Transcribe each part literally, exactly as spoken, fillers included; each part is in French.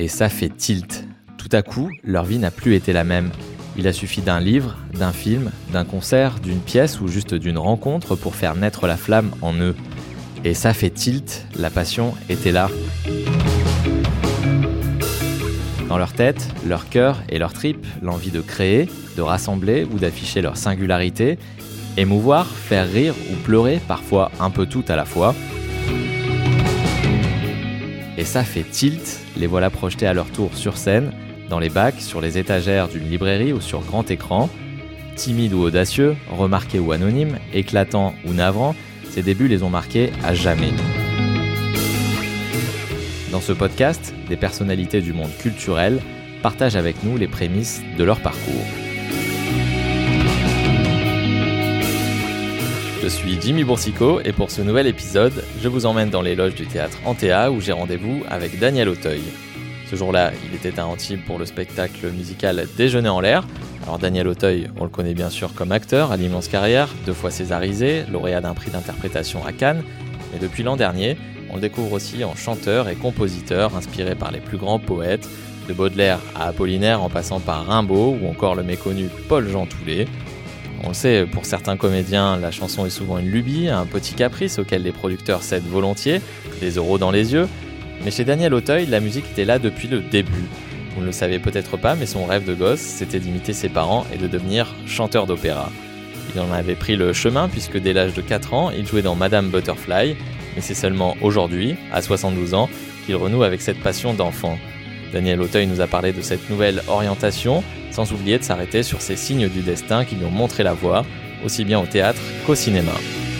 et ça fait tilt. Tout à coup, leur vie n'a plus été la même. Il a suffi d'un livre, d'un film, d'un concert, d'une pièce ou juste d'une rencontre pour faire naître la flamme en eux. Et ça fait tilt, la passion était là. Dans leur tête, leur cœur et leur tripes, l'envie de créer, de rassembler ou d'afficher leur singularité, émouvoir, faire rire ou pleurer, parfois un peu tout à la fois. Et ça fait tilt, les voilà projetés à leur tour sur scène, dans les bacs, sur les étagères d'une librairie ou sur grand écran. Timides ou audacieux, remarqués ou anonymes, éclatants ou navrants, ces débuts les ont marqués à jamais. Dans ce podcast, des personnalités du monde culturel partagent avec nous les prémices de leur parcours. Je suis Jimmy Boursicot et pour ce nouvel épisode, je vous emmène dans les loges du théâtre Antea où j'ai rendez-vous avec Daniel Auteuil. Ce jour-là, il était à Antibes pour le spectacle musical Déjeuner en l'air. Alors Daniel Auteuil, on le connaît bien sûr comme acteur à l'immense carrière, deux fois césarisé, lauréat d'un prix d'interprétation à Cannes. Mais depuis l'an dernier, on le découvre aussi en chanteur et compositeur inspiré par les plus grands poètes, de Baudelaire à Apollinaire en passant par Rimbaud ou encore le méconnu Paul-Jean Toulet. On le sait, pour certains comédiens, la chanson est souvent une lubie, un petit caprice auquel les producteurs cèdent volontiers, des euros dans les yeux. Mais chez Daniel Auteuil, la musique était là depuis le début. Vous ne le savez peut-être pas, mais son rêve de gosse, c'était d'imiter ses parents et de devenir chanteur d'opéra. Il en avait pris le chemin puisque dès l'âge de quatre ans, il jouait dans Madame Butterfly, mais c'est seulement aujourd'hui, à soixante-douze ans, qu'il renoue avec cette passion d'enfant. Daniel Auteuil nous a parlé de cette nouvelle orientation, sans oublier de s'arrêter sur ces signes du destin qui lui ont montré la voie, aussi bien au théâtre qu'au cinéma.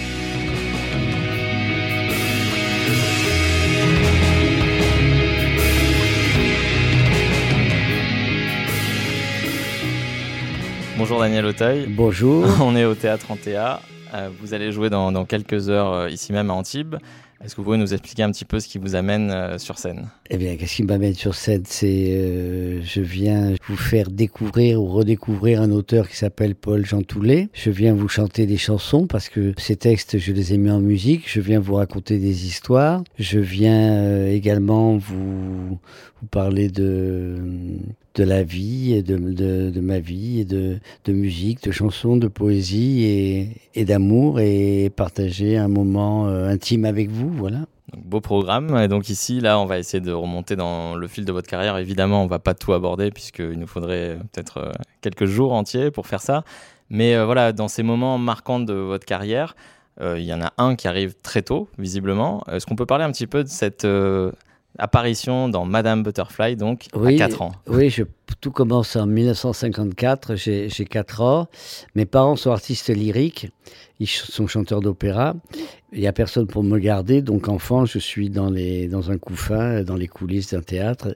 Bonjour Daniel Auteuil. Bonjour. On est au théâtre Antea. Euh, vous allez jouer dans, dans quelques heures euh, ici même à Antibes. Est-ce que vous pouvez nous expliquer un petit peu ce qui vous amène euh, sur scène ? Eh bien, qu'est-ce qui m'amène sur scène ? C'est, euh, je viens vous faire découvrir ou redécouvrir un auteur qui s'appelle Paul-Jean Toulet. Je viens vous chanter des chansons parce que ces textes, je les ai mis en musique. Je viens vous raconter des histoires. Je viens euh, également vous, vous parler de, de la vie, et de, de, de ma vie, et de, de musique, de chansons, de poésie et, et d'amour et partager un moment euh, intime avec vous. Voilà. Donc, beau programme. Et donc ici, là, on va essayer de remonter dans le fil de votre carrière. Évidemment, on ne va pas tout aborder puisqu'il nous faudrait peut-être euh, quelques jours entiers pour faire ça. Mais euh, voilà, dans ces moments marquants de votre carrière, euh, il y en a un qui arrive très tôt, visiblement. Est-ce qu'on peut parler un petit peu de cette euh, apparition dans Madame Butterfly, donc oui, à quatre ans ? Oui, je, tout commence en dix-neuf cent cinquante-quatre, j'ai, j'ai quatre ans. Mes parents sont artistes lyriques, ils sont chanteurs d'opéra. Il n'y a personne pour me garder, donc enfant, je suis dans, les, dans un couffin, dans les coulisses d'un théâtre.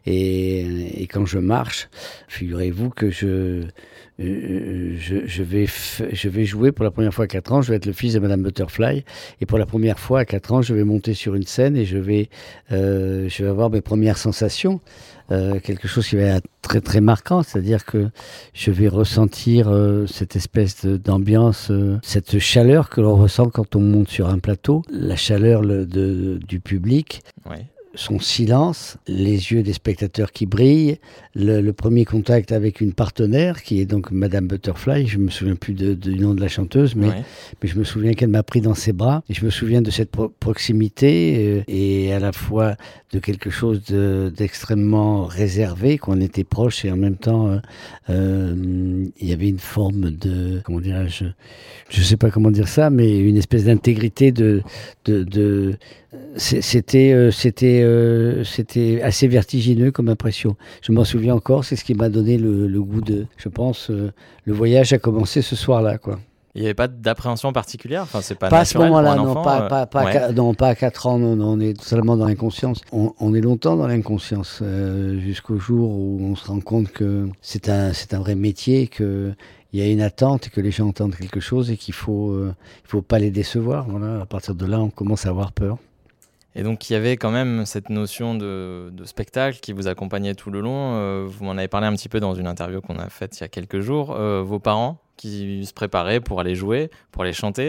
Et, et quand je marche, figurez-vous que je, euh, je, je, vais f- je vais jouer pour la première fois à quatre ans, je vais être le fils de Madame Butterfly. Et pour la première fois à quatre ans, je vais monter sur une scène et je vais, euh, je vais avoir mes premières sensations. Euh, quelque chose qui va être très très marquant, c'est-à-dire que je vais ressentir euh, cette espèce de, d'ambiance, euh, cette chaleur que l'on ressent quand on monte sur un plateau, la chaleur le, de, du public. Oui. Son silence, les yeux des spectateurs qui brillent, le, le premier contact avec une partenaire qui est donc Madame Butterfly, je me souviens plus de, de, du nom de la chanteuse, mais, Oui. mais je me souviens qu'elle m'a pris dans ses bras et je me souviens de cette pro- proximité euh, et à la fois de quelque chose de, d'extrêmement réservé, qu'on était proche et en même temps euh, euh, il y avait une forme de, comment dirais-je, je sais pas comment dire ça, mais une espèce d'intégrité de, de, de c'était, euh, c'était, euh, c'était assez vertigineux comme impression. Je m'en souviens encore, c'est ce qui m'a donné le, le goût de, je pense, euh, le voyage a commencé ce soir-là, quoi. Il n'y avait pas d'appréhension particulière, enfin, c'est pas, Pas à ce naturel moment-là, pour un non, enfant, pas, euh, pas, pas, ouais. qu'à- non, pas à quatre ans, non, non, on est totalement dans l'inconscience. On, on est longtemps dans l'inconscience, euh, jusqu'au jour où on se rend compte que c'est un, c'est un vrai métier, que il y a une attente et que les gens entendent quelque chose et qu'il faut, euh, il faut pas les décevoir. Voilà, à partir de là, on commence à avoir peur. Et donc, il y avait quand même cette notion de, de spectacle qui vous accompagnait tout le long. Euh, vous m'en avez parlé un petit peu dans une interview qu'on a faite il y a quelques jours. Euh, vos parents qui se préparaient pour aller jouer, pour aller chanter.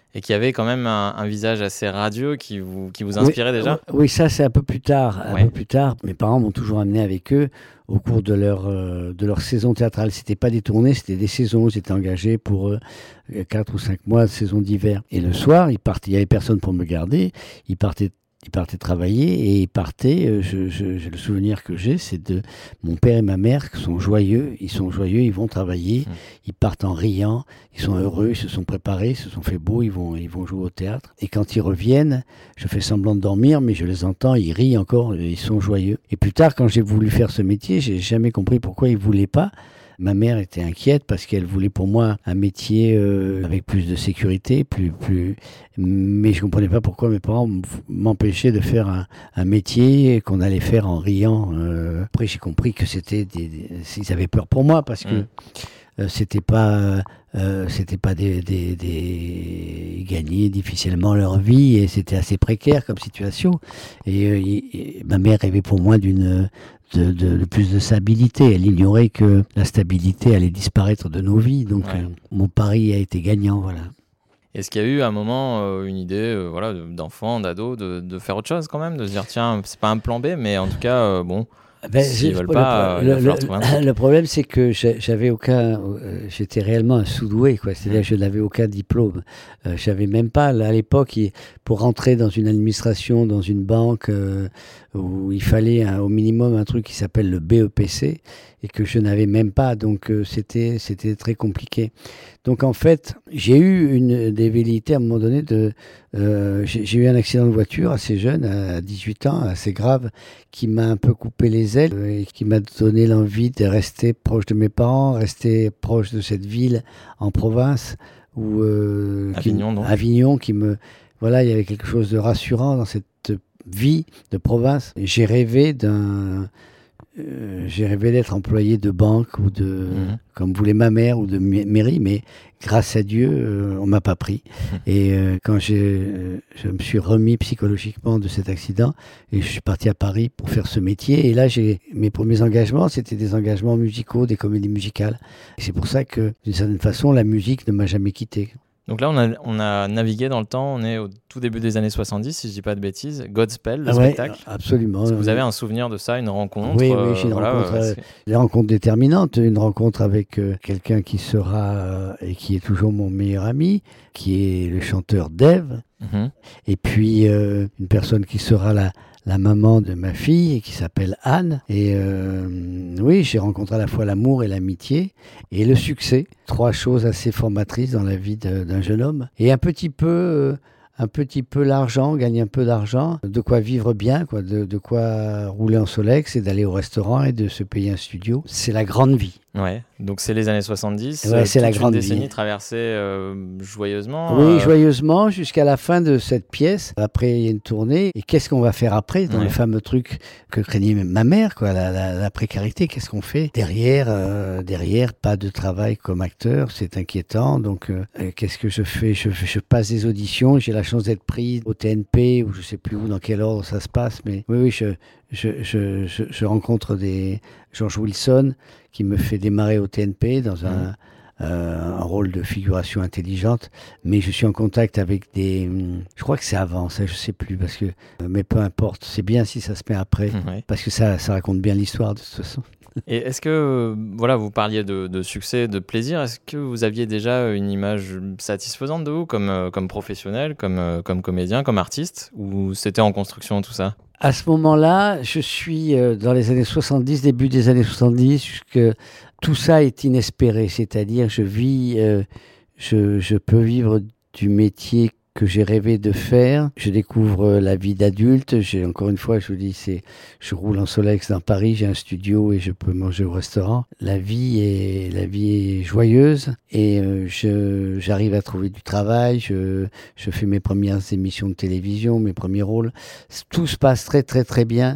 Et qui avait quand même un, un visage assez radieux qui vous, qui vous inspirait oui, déjà. Oui, ça c'est un peu plus tard. Un ouais. peu plus tard, mes parents m'ont toujours amené avec eux au cours de leur, euh, de leur saison théâtrale. C'était pas des tournées, c'était des saisons. J'étais engagé pour euh, quatre ou cinq mois de saison d'hiver. Et le soir, ils partaient, il y avait personne pour me garder. Ils partaient Ils partaient travailler et ils partaient, je, je, j'ai le souvenir que j'ai, c'est de mon père et ma mère qui sont joyeux, ils sont joyeux, ils vont travailler, mmh. ils partent en riant, ils sont heureux, ils se sont préparés, ils se sont fait beaux, ils vont, ils vont jouer au théâtre. Et quand ils reviennent, je fais semblant de dormir, mais je les entends, ils rient encore, ils sont joyeux. Et plus tard, quand j'ai voulu faire ce métier, j'ai jamais compris pourquoi ils voulaient pas. Ma mère était inquiète parce qu'elle voulait pour moi un métier euh, avec plus de sécurité, plus, plus. Mais je comprenais pas pourquoi mes parents m'empêchaient de faire un, un métier qu'on allait faire en riant. Euh. Après, j'ai compris que c'était des, des... ils avaient peur pour moi parce que mmh. euh, c'était pas, euh, c'était pas des, des, des... Ils gagnaient difficilement leur vie et c'était assez précaire comme situation. Et, euh, et ma mère rêvait pour moi d'une De, de, de plus de stabilité. Elle ignorait que la stabilité allait disparaître de nos vies. Donc, ouais. euh, mon pari a été gagnant, voilà. Est-ce qu'il y a eu à un moment euh, une idée euh, voilà, d'enfant, d'ado, de, de faire autre chose quand même, de se dire tiens, c'est pas un plan B, mais en tout cas, euh, bon, ben, s'ils veulent pas, le, euh, il va falloir trouver un truc. Le problème, c'est que j'avais aucun, euh, j'étais réellement un sous-doué, quoi. C'est-à-dire, mmh. je n'avais aucun diplôme. Euh, j'avais même pas, à l'époque, pour rentrer dans une administration, dans une banque, euh, où il fallait un, au minimum un truc qui s'appelle le B E P C et que je n'avais même pas, donc euh, c'était c'était très compliqué. Donc en fait, j'ai eu une des velléités à un moment donné de, euh, j'ai eu un accident de voiture assez jeune, à dix-huit ans, assez grave, qui m'a un peu coupé les ailes et qui m'a donné l'envie de rester proche de mes parents, rester proche de cette ville en province où euh, Avignon, qui, donc. Avignon, qui me, voilà, il y avait quelque chose de rassurant dans cette vie de province. J'ai rêvé d'un, euh, j'ai rêvé d'être employé de banque ou de, mmh. comme voulait ma mère, ou de mairie, mais grâce à Dieu, euh, on m'a pas pris. Mmh. Et euh, quand j'ai, euh, je me suis remis psychologiquement de cet accident et je suis parti à Paris pour faire ce métier. Et là, j'ai mes premiers engagements, c'était des engagements musicaux, des comédies musicales. Et c'est pour ça que, d'une certaine façon, la musique ne m'a jamais quitté. Donc là, on a, on a navigué dans le temps, on est au tout début des années soixante-dix, si je ne dis pas de bêtises. Godspell, le ah ouais, spectacle. Absolument. Est-ce que vous avez un souvenir de ça, une rencontre? Oui, oui, j'ai une voilà, rencontre, euh, des rencontres déterminantes. Une rencontre avec euh, quelqu'un qui sera, euh, et qui est toujours mon meilleur ami, qui est le chanteur Dave. Mm-hmm. Et puis, euh, une personne qui sera la... la maman de ma fille, qui s'appelle Anne. Et euh, oui, j'ai rencontré à la fois l'amour et l'amitié et le succès. Trois choses assez formatrices dans la vie de, d'un jeune homme. Et un petit peu, euh, un petit peu l'argent, gagner un peu d'argent, de quoi vivre bien, quoi, de, de quoi rouler en Solex et d'aller au restaurant et de se payer un studio. C'est la grande vie. Ouais, donc c'est les années soixante-dix, ouais, c'est la grande une décennie vie. traversée euh, joyeusement. Oui, euh... joyeusement, jusqu'à la fin de cette pièce. Après, il y a une tournée. Et qu'est-ce qu'on va faire après, dans ouais. le fameux truc que craignait ma mère, quoi, la, la, la précarité. Qu'est-ce qu'on fait derrière, euh, derrière, pas de travail comme acteur, c'est inquiétant. Donc, euh, qu'est-ce que je fais je, je passe des auditions. J'ai la chance d'être pris au T N P, ou je sais plus où, dans quel ordre ça se passe. Mais oui, oui, je, je, je, je, je rencontre des George Wilson qui me fait démarrer au T N P dans un, mmh. euh, un rôle de figuration intelligente, mais je suis en contact avec des... Je crois que c'est avant, ça je sais plus, parce que... Mais peu importe, c'est bien si ça se met après, mmh. parce que ça, ça raconte bien l'histoire de toute façon. Et est-ce que, voilà, vous parliez de, de succès, de plaisir, est-ce que vous aviez déjà une image satisfaisante de vous, comme, comme professionnel, comme, comme comédien, comme artiste, ou c'était en construction tout ça ? À ce moment-là, je suis euh, dans les années soixante-dix, début des années soixante-dix, jusque tout ça est inespéré. C'est-à-dire, je vis, euh, je, je peux vivre du métier que j'ai rêvé de faire. Je découvre la vie d'adulte. J'ai, encore une fois, je vous dis, c'est, je roule en Solex dans Paris, j'ai un studio et je peux manger au restaurant. La vie est, la vie est joyeuse et euh, je, j'arrive à trouver du travail. Je, je fais mes premières émissions de télévision, mes premiers rôles. Tout se passe très, très, très bien.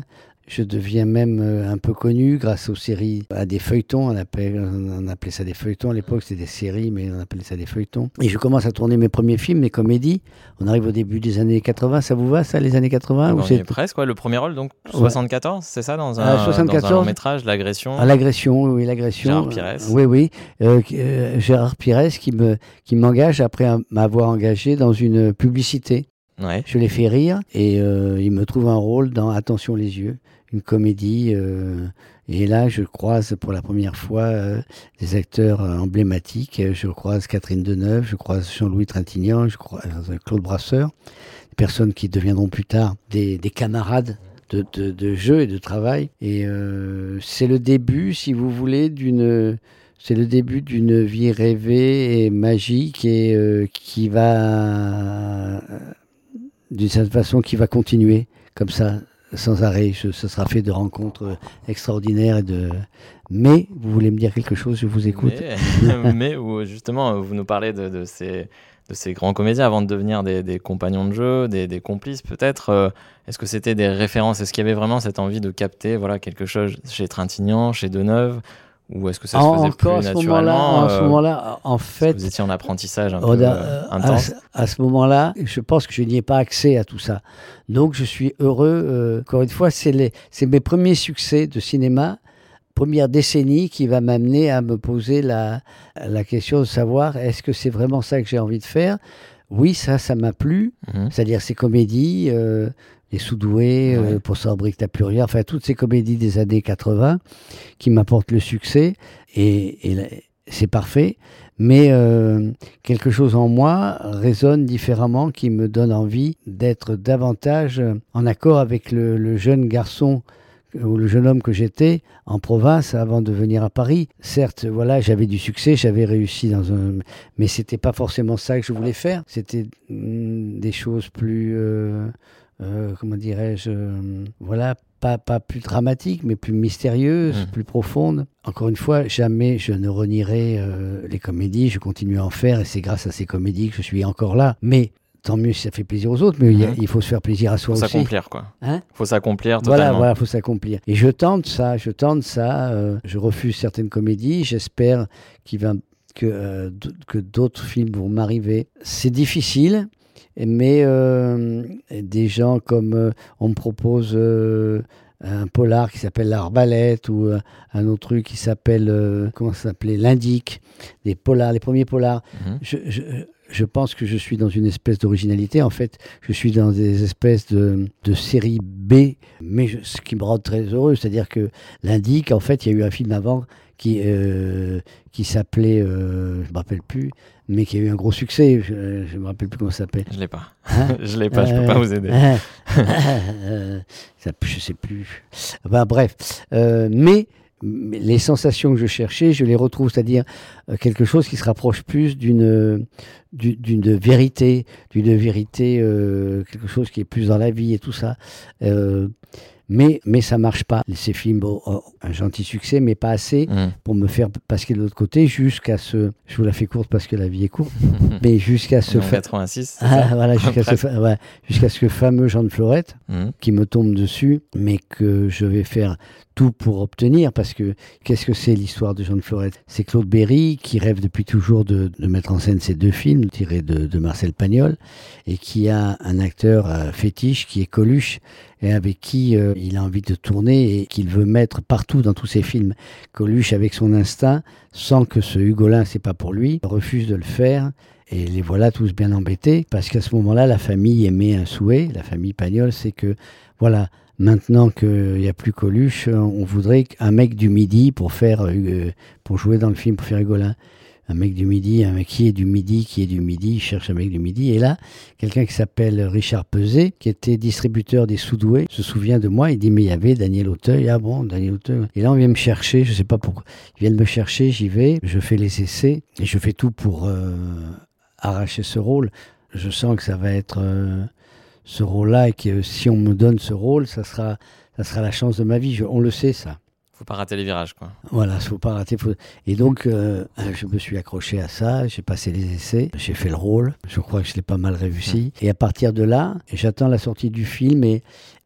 Je deviens même euh, un peu connu grâce aux séries, à des feuilletons. On appelait, on appelait ça des feuilletons à l'époque, c'était des séries, mais on appelait ça des feuilletons. Et je commence à tourner mes premiers films, mes comédies. On arrive au début des années quatre-vingts. Ça vous va, ça, les années quatre-vingts? On y est presque, ouais. Le premier rôle, donc soixante-quatorze, ouais. C'est ça, dans un, euh, soixante-quatorze, dans un long métrage, l'agression. Ah, l'agression, oui, l'agression. Gérard Pires. Oui, oui. Euh, euh, Gérard Pires qui me, qui m'engage après m'avoir engagé dans une publicité. Ouais. Je l'ai fait rire et euh, il me trouve un rôle dans Attention les yeux, une comédie. Euh, et là, je croise pour la première fois euh, des acteurs euh, emblématiques. Je croise Catherine Deneuve, je croise Jean-Louis Trintignant, je croise Claude Brasseur, des personnes qui deviendront plus tard des, des camarades de, de, de jeu et de travail. Et euh, c'est le début, si vous voulez, d'une... C'est le début d'une vie rêvée et magique et euh, qui va... Euh, d'une certaine façon, qui va continuer comme ça, sans arrêt. Je, ce sera fait de rencontres extraordinaires. Et de... Mais, vous voulez me dire quelque chose, je vous écoute. Mais, mais où justement, vous nous parlez de, de, ces, de ces grands comédiens avant de devenir des, des compagnons de jeu, des, des complices peut-être. Euh, est-ce que c'était des références? Est-ce qu'il y avait vraiment cette envie de capter voilà, quelque chose chez Trintignant, chez Deneuve? Ou est-ce que ça se faisait Encore plus à ce naturellement? moment-là, euh, à ce moment-là, en fait, vous étiez en apprentissage un peu euh, intense. À, à ce moment-là, je pense que je n'y ai pas accès à tout ça. Donc, je suis heureux. Euh, encore une fois, c'est, les, c'est mes premiers succès de cinéma, première décennie, qui va m'amener à me poser la, la question de savoir est-ce que c'est vraiment ça que j'ai envie de faire? Oui, ça, ça m'a plu. Mmh. C'est-à-dire ces comédies. Euh, Les Sous-doués, ouais. euh, Pour ça, Brique, t'as plus rien. Enfin, toutes ces comédies des années quatre-vingts qui m'apportent le succès. Et, et c'est parfait. Mais euh, quelque chose en moi résonne différemment qui me donne envie d'être davantage en accord avec le, le jeune garçon ou le jeune homme que j'étais en province avant de venir à Paris. Certes, voilà, j'avais du succès, j'avais réussi dans un... Mais c'était pas forcément ça que je voulais faire. C'était mm, des choses plus... Euh... Euh, comment dirais-je, euh, voilà, pas, pas plus dramatique, mais plus mystérieuse, mmh. plus profonde. Encore une fois, jamais je ne renierai euh, les comédies, je continue à en faire, et c'est grâce à ces comédies que je suis encore là. Mais tant mieux si ça fait plaisir aux autres, mais mmh. il, a, il faut se faire plaisir à soi aussi. Il faut s'accomplir, quoi. Hein? Il faut s'accomplir totalement. Voilà, voilà, il faut s'accomplir. Et je tente ça, je tente ça, euh, je refuse certaines comédies, j'espère qu'il va, que, euh, d- que d'autres films vont m'arriver. C'est difficile. Mais euh, des gens comme euh, on me propose euh, un polar qui s'appelle l'Arbalète ou euh, un autre truc qui s'appelle euh, comment ça s'appelait l'Indique, des polars, les premiers polars. Mmh. Je, je, je pense que je suis dans une espèce d'originalité. En fait, je suis dans des espèces de, de séries B, mais je, ce qui me rend très heureux, c'est-à-dire que l'Indique, en fait, il y a eu un film avant qui euh, qui s'appelait, euh, je me rappelle plus, mais qui a eu un gros succès. Je ne me rappelle plus comment ça s'appelle. Je l'ai pas. Hein je l'ai pas. Euh, je peux pas vous aider. Euh, ça, je sais plus. Bah, bref, euh, mais les sensations que je cherchais, je les retrouve, c'est-à-dire euh, quelque chose qui se rapproche plus d'une d'une, d'une vérité, d'une vérité, euh, quelque chose qui est plus dans la vie et tout ça. Euh, Mais, mais ça ne marche pas. Ces films ont bon, oh, un gentil succès, mais pas assez mmh. pour me faire passer de l'autre côté jusqu'à ce... Je vous la fais courte parce que la vie est courte. mais jusqu'à ce... En quatre-vingt-six, c'est ah, ça voilà, jusqu'à ce, fa... ouais, jusqu'à ce fameux Jean de Florette mmh. qui me tombe dessus, mais que je vais faire tout pour obtenir, parce que qu'est-ce que c'est l'histoire de Jean de Florette? C'est Claude Berry qui rêve depuis toujours de, de mettre en scène ces deux films tirés de, de Marcel Pagnol, et qui a un acteur euh, fétiche qui est Coluche, et avec qui euh, il a envie de tourner et qu'il veut mettre partout dans tous ses films. Coluche, avec son instinct, sent que ce Hugolin, c'est pas pour lui, refuse de le faire. Et les voilà tous bien embêtés, parce qu'à ce moment-là, la famille émet un souhait, la famille Pagnol, c'est que, voilà, maintenant qu'il n'y a plus Coluche, on voudrait un mec du Midi pour faire, euh, pour jouer dans le film, pour faire Hugolin. Un mec du Midi, un mec qui est du Midi, qui est du Midi, il cherche un mec du Midi. Et là, quelqu'un qui s'appelle Richard Peset, qui était distributeur des Sous-doués, se souvient de moi, il dit, mais il y avait Daniel Auteuil. Ah bon, Daniel Auteuil. Et là, on vient me chercher, je ne sais pas pourquoi. Ils viennent me chercher, j'y vais, je fais les essais, et je fais tout pour euh, arracher ce rôle. Je sens que ça va être euh, ce rôle-là, et que si on me donne ce rôle, ça sera, ça sera la chance de ma vie. Je, on le sait, ça. Faut pas rater les virages, quoi. Voilà, faut pas rater. Faut... Et donc, euh, je me suis accroché à ça, j'ai passé les essais, j'ai fait le rôle, je crois que je l'ai pas mal réussi. Mmh. Et à partir de là, j'attends la sortie du film et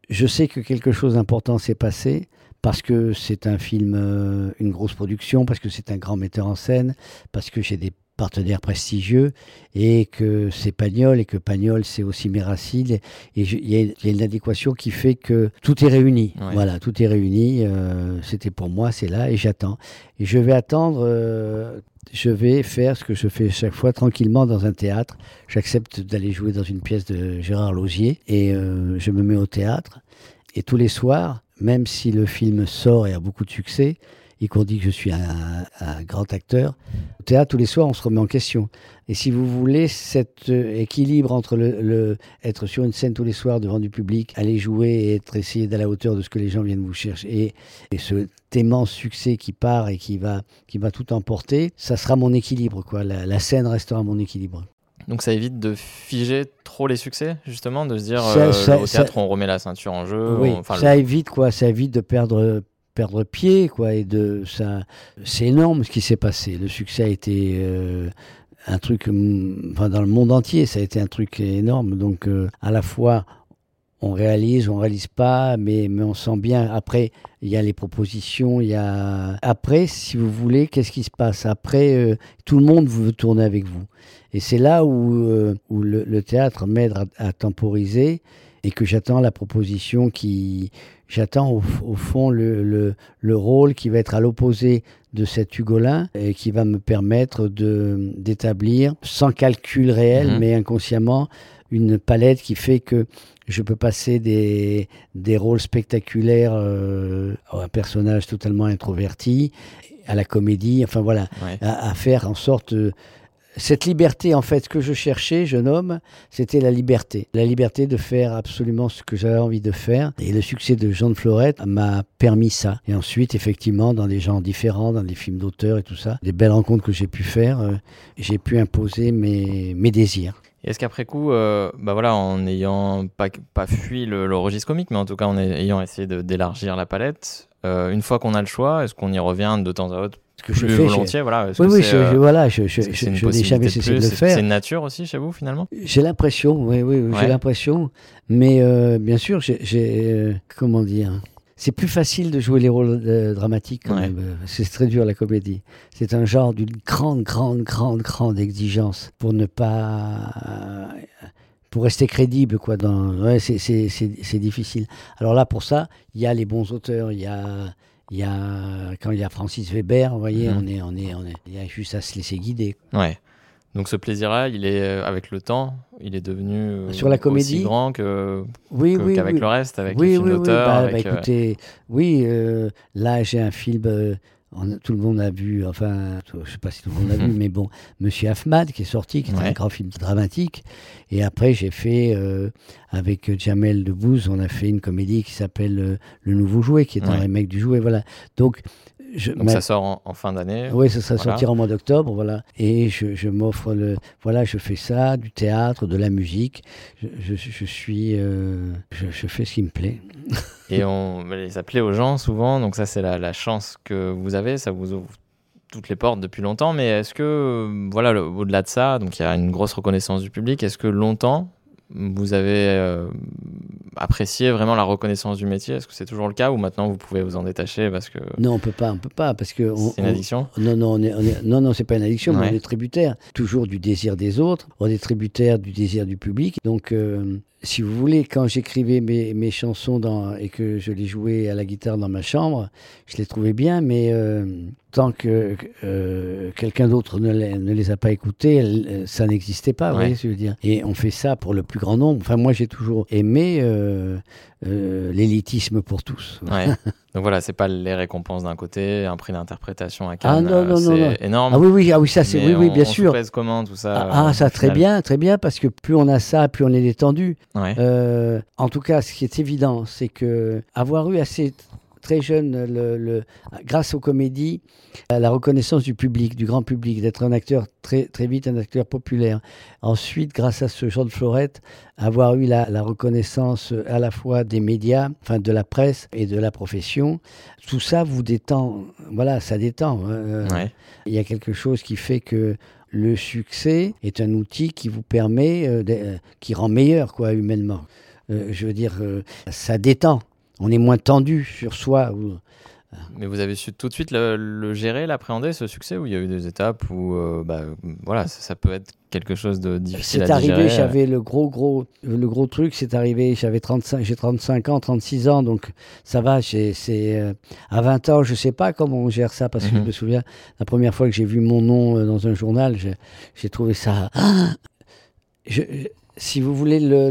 je sais que quelque chose d'important s'est passé, parce que c'est un film, euh, une grosse production, parce que c'est un grand metteur en scène, parce que j'ai des partenaires prestigieux, et que c'est Pagnol, et que Pagnol, c'est aussi mes racines, et il y, y a une adéquation qui fait que tout est réuni. Ouais. Voilà, tout est réuni. Euh, c'était pour moi, c'est là, et j'attends. Et je vais attendre, euh, je vais faire ce que je fais chaque fois, tranquillement, dans un théâtre. J'accepte d'aller jouer dans une pièce de Gérard Lauzier, et euh, je me mets au théâtre. Et tous les soirs, même si le film sort et a beaucoup de succès, et qu'on dit que je suis un, un grand acteur, au théâtre, tous les soirs, on se remet en question. Et si vous voulez, cet euh, équilibre entre le, le, être sur une scène tous les soirs devant du public, aller jouer et être essayé d'à la hauteur de ce que les gens viennent vous chercher, et, et ce immense succès qui part et qui va, qui va tout emporter, ça sera mon équilibre, quoi. La, la scène restera mon équilibre. Donc ça évite de figer trop les succès, justement, de se dire ça, euh, ça, au théâtre, ça, on remet la ceinture en jeu. Oui, on, enfin, ça le... évite, quoi. Ça évite de perdre... perdre pied, quoi, et de ça, c'est énorme ce qui s'est passé. Le succès a été euh, un truc, enfin, dans le monde entier, ça a été un truc énorme. Donc, euh, à la fois, on réalise, on réalise pas, mais, mais on sent bien. Après, il y a les propositions, il y a... Après, si vous voulez, qu'est-ce qui se passe? Après, euh, tout le monde veut tourner avec vous. Et c'est là où, euh, où le, le théâtre m'aide à, à temporiser, et que j'attends la proposition qui... J'attends au, au fond le, le, le rôle qui va être à l'opposé de cet Hugolin, et qui va me permettre de, d'établir, sans calcul réel, mmh. mais inconsciemment, une palette qui fait que je peux passer des, des rôles spectaculaires euh, à un personnage totalement introverti, à la comédie, enfin voilà, ouais. à, à faire en sorte... Euh, cette liberté, en fait, ce que je cherchais, jeune homme, c'était la liberté. La liberté de faire absolument ce que j'avais envie de faire. Et le succès de Jean de Florette m'a permis ça. Et ensuite, effectivement, dans des genres différents, dans des films d'auteur et tout ça, des belles rencontres que j'ai pu faire, euh, j'ai pu imposer mes, mes désirs. Et est-ce qu'après coup, euh, bah voilà, en n'ayant pas, pas fui le, le registre comique, mais en tout cas en ayant essayé de, d'élargir la palette, euh, une fois qu'on a le choix, est-ce qu'on y revient de temps à autre ce que plus je fais, volontiers, voilà. Oui, que oui, c'est, je, euh, je, voilà, je, je, c'est, je, c'est je n'ai jamais cessé de le c'est, faire. C'est une nature aussi chez vous, finalement? J'ai l'impression, oui, oui, oui, ouais. j'ai l'impression. Mais euh, bien sûr, j'ai, j'ai euh, comment dire, c'est plus facile de jouer les rôles euh, dramatiques quand ouais. même. C'est très dur, la comédie. C'est un genre d'une grande, grande, grande, grande exigence pour ne pas... Euh, pour rester crédible, quoi. Dans... Ouais, c'est, c'est, c'est, c'est difficile. Alors là, pour ça, il y a les bons auteurs, il y a... Il y a, quand il y a Francis Weber, vous voyez, mmh. on est, on est, on est, il y a juste à se laisser guider. Ouais. Donc ce plaisir-là, il est, avec le temps, il est devenu euh, sur la comédie, aussi grand que, oui, que, oui, qu'avec oui. le reste, avec oui, les films oui, d'auteur. Oui, bah, avec, bah, écoutez, euh... oui, euh, là j'ai un film... Euh, On a, tout le monde a vu, enfin, je ne sais pas si tout le monde l'a vu, mais bon, Monsieur Ahmad qui est sorti, qui est ouais. un grand film dramatique. Et après, j'ai fait, euh, avec Jamel Debbouze, on a fait une comédie qui s'appelle euh, Le Nouveau Jouet, qui est ouais. un remake du Jouet, voilà. Donc, je, Donc ma... ça sort en, en fin d'année. Oui, ça, ça voilà. sortira en mois d'octobre, voilà. Et je, je m'offre le, voilà, je fais ça, du théâtre, de la musique. Je, je, je suis, euh, je, je fais ce qui me plaît. Et on va les appeler aux gens souvent, donc ça c'est la, la chance que vous avez, ça vous ouvre toutes les portes depuis longtemps, mais est-ce que, voilà, le, au-delà de ça, donc il y a une grosse reconnaissance du public, est-ce que longtemps vous avez euh, apprécié vraiment la reconnaissance du métier? Est-ce que c'est toujours le cas ou maintenant vous pouvez vous en détacher parce que... Non, on peut pas, on peut pas parce que... On, c'est une addiction? on, non, non, on est, on est, non, non, c'est pas une addiction, ouais. mais on est tributaire toujours du désir des autres, on est tributaire du désir du public, donc... Euh, si vous voulez, quand j'écrivais mes, mes chansons dans, et que je les jouais à la guitare dans ma chambre, je les trouvais bien, mais euh, tant que euh, quelqu'un d'autre ne les, ne les a pas écoutées, ça n'existait pas, ouais. vous voyez ce que je veux dire. Et on fait ça pour le plus grand nombre. Enfin, moi, j'ai toujours aimé euh, euh, l'élitisme pour tous. Ouais. Donc voilà, c'est pas les récompenses d'un côté, un prix d'interprétation à Cannes, ah, non, non, c'est non, non. énorme. Ah oui, oui, ah oui, ça c'est, oui, oui, bien on, sûr. On se comment tout ça Ah, ah ça très bien, très bien, parce que plus on a ça, plus on est détendu. Ouais. Euh, en tout cas, ce qui est évident, c'est que avoir eu assez très jeune, le, le, grâce aux comédies, la reconnaissance du public, du grand public, d'être un acteur très, très vite, un acteur populaire. Ensuite, grâce à ce Jean de Florette, avoir eu la, la reconnaissance à la fois des médias, enfin de la presse et de la profession, tout ça vous détend. Voilà, ça détend. Euh, ouais. Il y a quelque chose qui fait que le succès est un outil qui vous permet, euh, de, euh, qui rend meilleur, quoi, humainement. euh, je veux dire, euh, ça détend. On est moins tendu sur soi. Ou... Mais vous avez su tout de suite le, le gérer, l'appréhender, ce succès, ou il y a eu des étapes où euh, bah, voilà, ça, ça peut être quelque chose de difficile c'est à arrivé, digérer. J'avais le gros, gros, le gros truc, c'est arrivé, j'avais trente-cinq, j'ai trente-cinq ans, trente-six ans, donc ça va, j'ai, c'est, euh, à vingt ans, je sais pas comment on gère ça, parce que Mhm. je me souviens, la première fois que j'ai vu mon nom euh, dans un journal, j'ai, j'ai trouvé ça... Je, je- si vous voulez, le,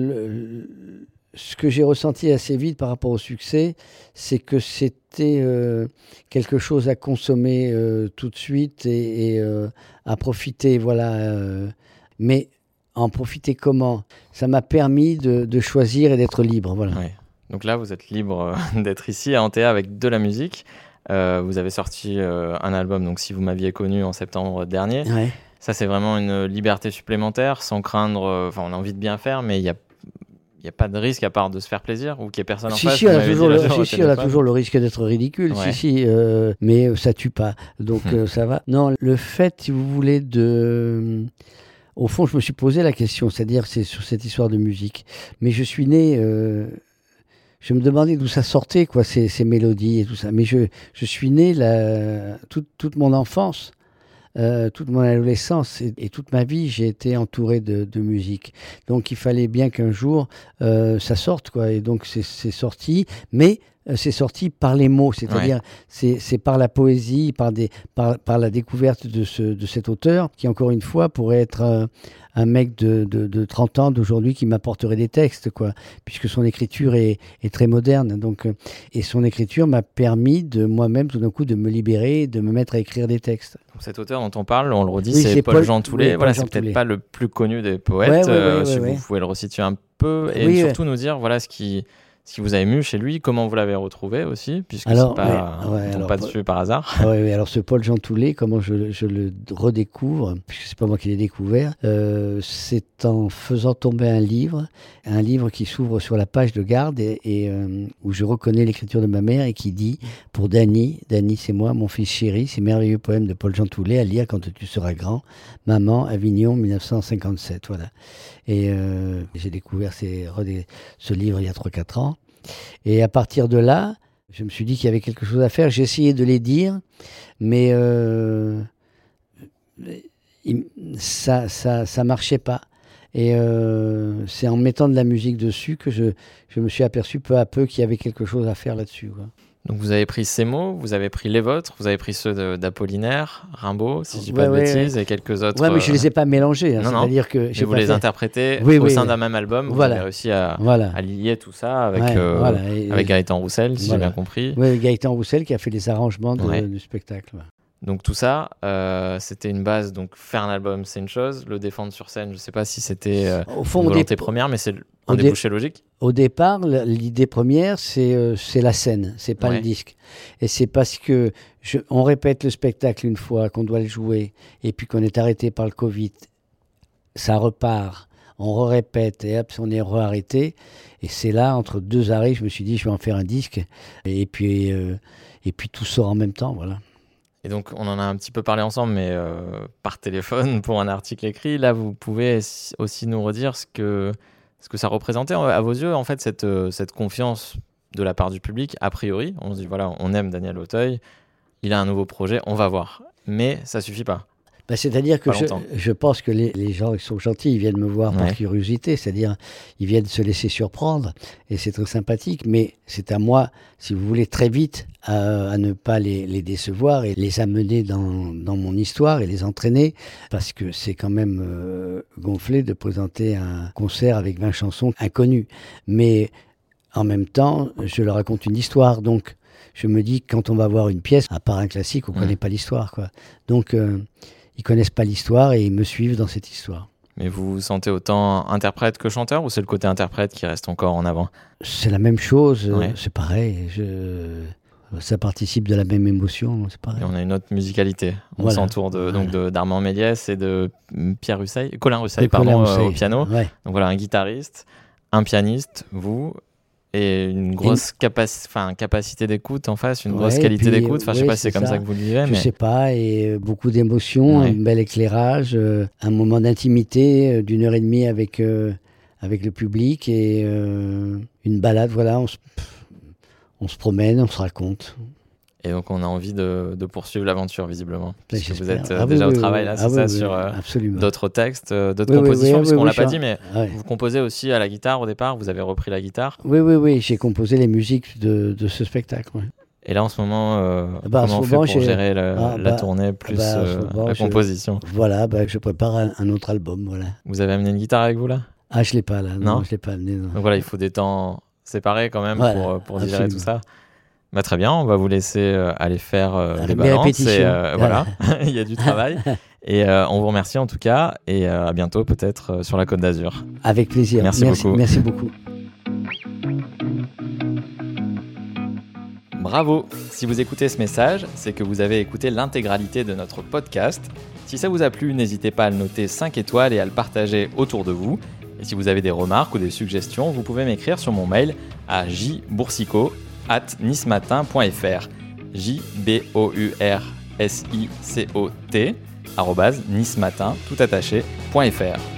le- ce que j'ai ressenti assez vite par rapport au succès, c'est que c'était euh, quelque chose à consommer euh, tout de suite et, et, euh, à profiter, voilà. euh, mais en profiter comment? Ça m'a permis de, de choisir et d'être libre, voilà. Ouais. Donc là, vous êtes libre euh, d'être ici à Antea avec de la musique. Euh, vous avez sorti euh, un album, donc Si vous m'aviez connu en septembre dernier. Ouais. Ça, c'est vraiment une liberté supplémentaire, sans craindre. Enfin, euh, on a envie de bien faire, mais il n'y a, y a pas de risque à part de se faire plaisir ou qu'il n'y ait personne en Si, face. si, on vous a m'avez toujours, dit le, l'autre jour au si, si, on a téléphone. toujours le risque d'être ridicule, Ouais. si, si, euh, mais ça tue pas. Donc euh, ça va. Non, le fait, si vous voulez, de. Au fond, je me suis posé la question, c'est-à-dire c'est sur cette histoire de musique. Mais je suis né. Euh, je me demandais d'où ça sortait, quoi, ces, ces mélodies et tout ça. Mais je, je suis né la, toute, toute mon enfance. Euh, toute mon adolescence et, et toute ma vie, j'ai été entouré de, de musique. Donc il fallait bien qu'un jour euh, ça sorte, quoi. Et donc c'est, c'est sorti, mais euh, c'est sorti par les mots, c'est-à-dire Ouais. c'est, c'est par la poésie, par, des, par, par la découverte de, ce, de cet auteur qui, encore une fois, pourrait être euh, un mec de, de, de trente ans d'aujourd'hui qui m'apporterait des textes, quoi, puisque son écriture est, est très moderne. Donc, euh, et son écriture m'a permis de moi-même, tout d'un coup, de me libérer, de me mettre à écrire des textes. Donc cet auteur dont on parle, on le redit, Oui, c'est, c'est Paul Paul- Jean Toulet. oui, Voilà, Paul c'est Jean peut-être Toulet. pas le plus connu des poètes. Ouais, ouais, euh, ouais, si ouais, vous ouais. pouvez le resituer un peu et Oui, surtout nous dire voilà ce qui, ce qui vous a ému chez lui, comment vous l'avez retrouvé aussi, puisque Alors, c'est pas, ouais, ouais, on tombe alors, pas Paul- dessus par hasard. Ah ouais, ouais, alors ce Paul Jean Toulet, comment je, je le redécouvre, puisque c'est pas moi qui l'ai découvert, euh, c'est en faisant tomber un livre, un livre qui s'ouvre sur la page de garde et, et, euh, où je reconnais l'écriture de ma mère et qui dit pour Dany, Dany c'est moi, mon fils chéri, ces merveilleux poèmes de Paul Jean Toulet à lire quand tu seras grand, Maman, Avignon, mille neuf cent cinquante-sept, voilà. Et euh, j'ai découvert ces, redé- ce livre il y a trois quatre ans. Et à partir de là, je me suis dit qu'il y avait quelque chose à faire. J'ai essayé de les dire, mais euh, il- ça, ça, ça marchait pas. Et euh, c'est en mettant de la musique dessus que je, je me suis aperçu peu à peu qu'il y avait quelque chose à faire là-dessus, quoi. Donc vous avez pris ces mots, vous avez pris les vôtres, vous avez pris ceux de- d'Apollinaire, Rimbaud, si je dis pas Ouais, de ouais, bêtises, et quelques autres. Ouais, mais je euh, les ai pas mélangés. Hein, non, non. c'est-à-dire que mais j'ai vous pas les fait- interprétez Oui, au oui, sein oui. d'un même album. Voilà. Vous avez réussi à, Voilà. à lier tout ça avec, Ouais, euh, voilà. Et- avec et- Gaëtan Roussel, si Voilà. j'ai bien compris. Ouais, Gaëtan Roussel qui a fait les arrangements de- Ouais. du spectacle. Ouais. Donc tout ça, euh, c'était une base. Donc faire un album, c'est une chose. Le défendre sur scène, je sais pas si c'était euh, Au fond, une au volonté dé- première, mais c'est au un dé- débouché logique. Au départ, l- l'idée première, c'est euh, c'est la scène, c'est pas Ouais. le disque. Et c'est parce que je, on répète le spectacle une fois, qu'on doit le jouer, et puis qu'on est arrêté par le Covid, ça repart, on répète et hop, on est re-arrêté. Et c'est là, entre deux arrêts, je me suis dit, je vais en faire un disque. Et puis, euh, et puis tout sort en même temps, voilà. Et donc, on en a un petit peu parlé ensemble, mais euh, par téléphone pour un article écrit. Là, vous pouvez aussi nous redire ce que, ce que ça représentait à vos yeux, en fait, cette, euh, cette confiance de la part du public. A priori, on se dit, voilà, on aime Daniel Auteuil, il a un nouveau projet, on va voir. Mais ça suffit pas. Ben, c'est-à-dire que Pas je, longtemps. je pense que les, les gens qui sont gentils, ils viennent me voir Ouais. par curiosité, c'est-à-dire ils viennent se laisser surprendre et c'est très sympathique, mais c'est à moi, si vous voulez, très vite à, à ne pas les, les décevoir et les amener dans, dans mon histoire et les entraîner parce que c'est quand même euh, gonflé de présenter un concert avec vingt chansons inconnues. Mais en même temps, je leur raconte une histoire, donc je me dis que quand on va voir une pièce, à part un classique, on ne Mmh. connaît pas l'histoire, quoi. Donc euh, ils connaissent pas l'histoire et ils me suivent dans cette histoire. Mais vous vous sentez autant interprète que chanteur, ou c'est le côté interprète qui reste encore en avant? C'est la même chose, euh, Ouais. c'est pareil. Je... Ça participe de la même émotion, c'est pareil. Et on a une autre musicalité. On Voilà. s'entoure de, donc de, d'Armand Méliès et de Pierre Russeil, Colin Russeil, Et Colin pardon, euh, Rousseil. au piano. Ouais. Donc voilà, un guitariste, un pianiste, vous, et une grosse capaci- enfin, capacité d'écoute en face, une Ouais, grosse et qualité puis, d'écoute. Enfin, je sais ouais, pas si c'est c'est comme ça. ça. que vous le vivez, Je mais sais pas, et euh, beaucoup d'émotions, Ouais. un bel éclairage, euh, un moment d'intimité euh, d'une heure et demie avec, euh, avec le public et euh, une balade, voilà, on se, on se promène, on se raconte. Et donc on a envie de, de poursuivre l'aventure visiblement, puisque j'espère. vous êtes euh, Ah, déjà oui, au oui, travail oui. là, c'est Ah, ça, oui, sur oui, euh, absolument. d'autres textes, euh, d'autres Oui, oui, compositions, oui, puisqu'on oui, l'a oui, pas je- dit, mais ouais. vous composez aussi à la guitare au départ, vous avez repris la guitare. Oui, oui, oui, j'ai composé les musiques de, de ce spectacle. Ouais. Et là en ce moment, euh, Bah, en comment on ce fait moment, pour j'ai- gérer le- Ah, la bah, tournée plus bah, en ce euh, moment, la je- composition? Voilà, bah, je prépare un, un autre album, voilà. Vous avez amené une guitare avec vous là? Ah, je l'ai pas là, non, Non je l'ai pas amené. Non. Donc voilà, il faut des temps séparés quand même Voilà, pour, euh, pour digérer tout absolument. ça. Bah, très bien, on va vous laisser euh, aller faire euh, Ah, les mes balances. répétitions. Et, euh, voilà, il y a du travail. Et euh, on vous remercie en tout cas. Et euh, à bientôt peut-être euh, sur la Côte d'Azur. Avec plaisir. Merci beaucoup. Merci beaucoup. Bravo! Si vous écoutez ce message, c'est que vous avez écouté l'intégralité de notre podcast. Si ça vous a plu, n'hésitez pas à le noter cinq étoiles et à le partager autour de vous. Et si vous avez des remarques ou des suggestions, vous pouvez m'écrire sur mon mail à jboursico arobase nicematin point f r j b o u r s i c o t arobase nicematin tout attaché point f r.